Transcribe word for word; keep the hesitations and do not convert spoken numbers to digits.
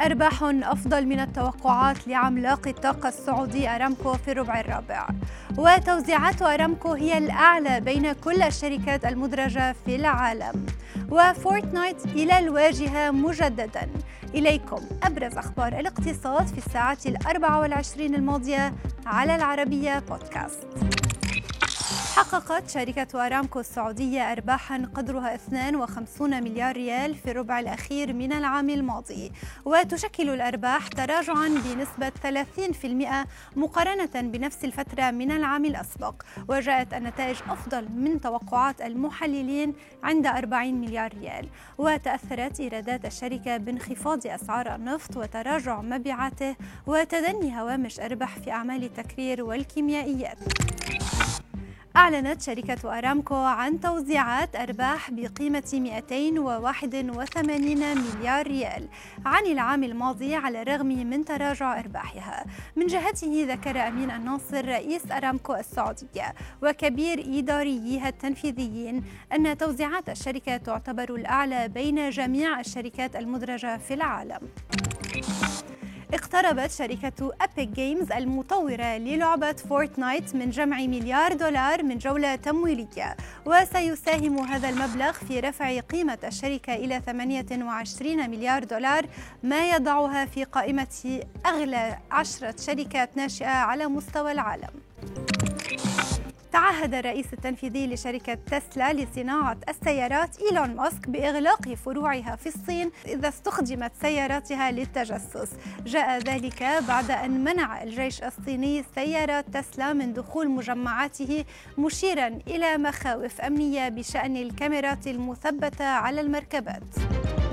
أرباح أفضل من التوقعات لعملاق الطاقة السعودي أرامكو في الربع الرابع، وتوزيعات أرامكو هي الأعلى بين كل الشركات المدرجة في العالم. وفورتنايت إلى الواجهة مجدداً. إليكم أبرز أخبار الاقتصاد في الساعات الأربع والعشرين الماضية على العربية بودكاست. حققت شركة أرامكو السعودية أرباحاً قدرها اثنين وخمسين مليار ريال في الربع الأخير من العام الماضي، وتشكل الأرباح تراجعاً بنسبة ثلاثين بالمئة مقارنة بنفس الفترة من العام الأسبق، وجاءت النتائج أفضل من توقعات المحللين عند أربعين مليار ريال. وتأثرت إيرادات الشركة بانخفاض أسعار النفط وتراجع مبيعاته وتدني هوامش أرباح في أعمال التكرير والكيميائيات. أعلنت شركة أرامكو عن توزيعات أرباح بقيمة مئتين وواحد وثمانين مليار ريال عن العام الماضي على الرغم من تراجع أرباحها. من جهته ذكر أمين الناصر رئيس أرامكو السعودية وكبير إداريها التنفيذيين أن توزيعات الشركة تعتبر الأعلى بين جميع الشركات المدرجة في العالم. اقتربت شركة أبيك جيمز المطورة للعبة فورتنايت من جمع مليار دولار من جولة تمويلية، وسيساهم هذا المبلغ في رفع قيمة الشركة إلى ثمانية وعشرين مليار دولار، ما يضعها في قائمة أغلى عشرة شركات ناشئة على مستوى العالم. تعهد الرئيس التنفيذي لشركة تسلا لصناعة السيارات إيلون ماسك بإغلاق فروعها في الصين إذا استخدمت سياراتها للتجسس. جاء ذلك بعد أن منع الجيش الصيني سيارات تسلا من دخول مجمعاته، مشيرا إلى مخاوف أمنية بشأن الكاميرات المثبتة على المركبات.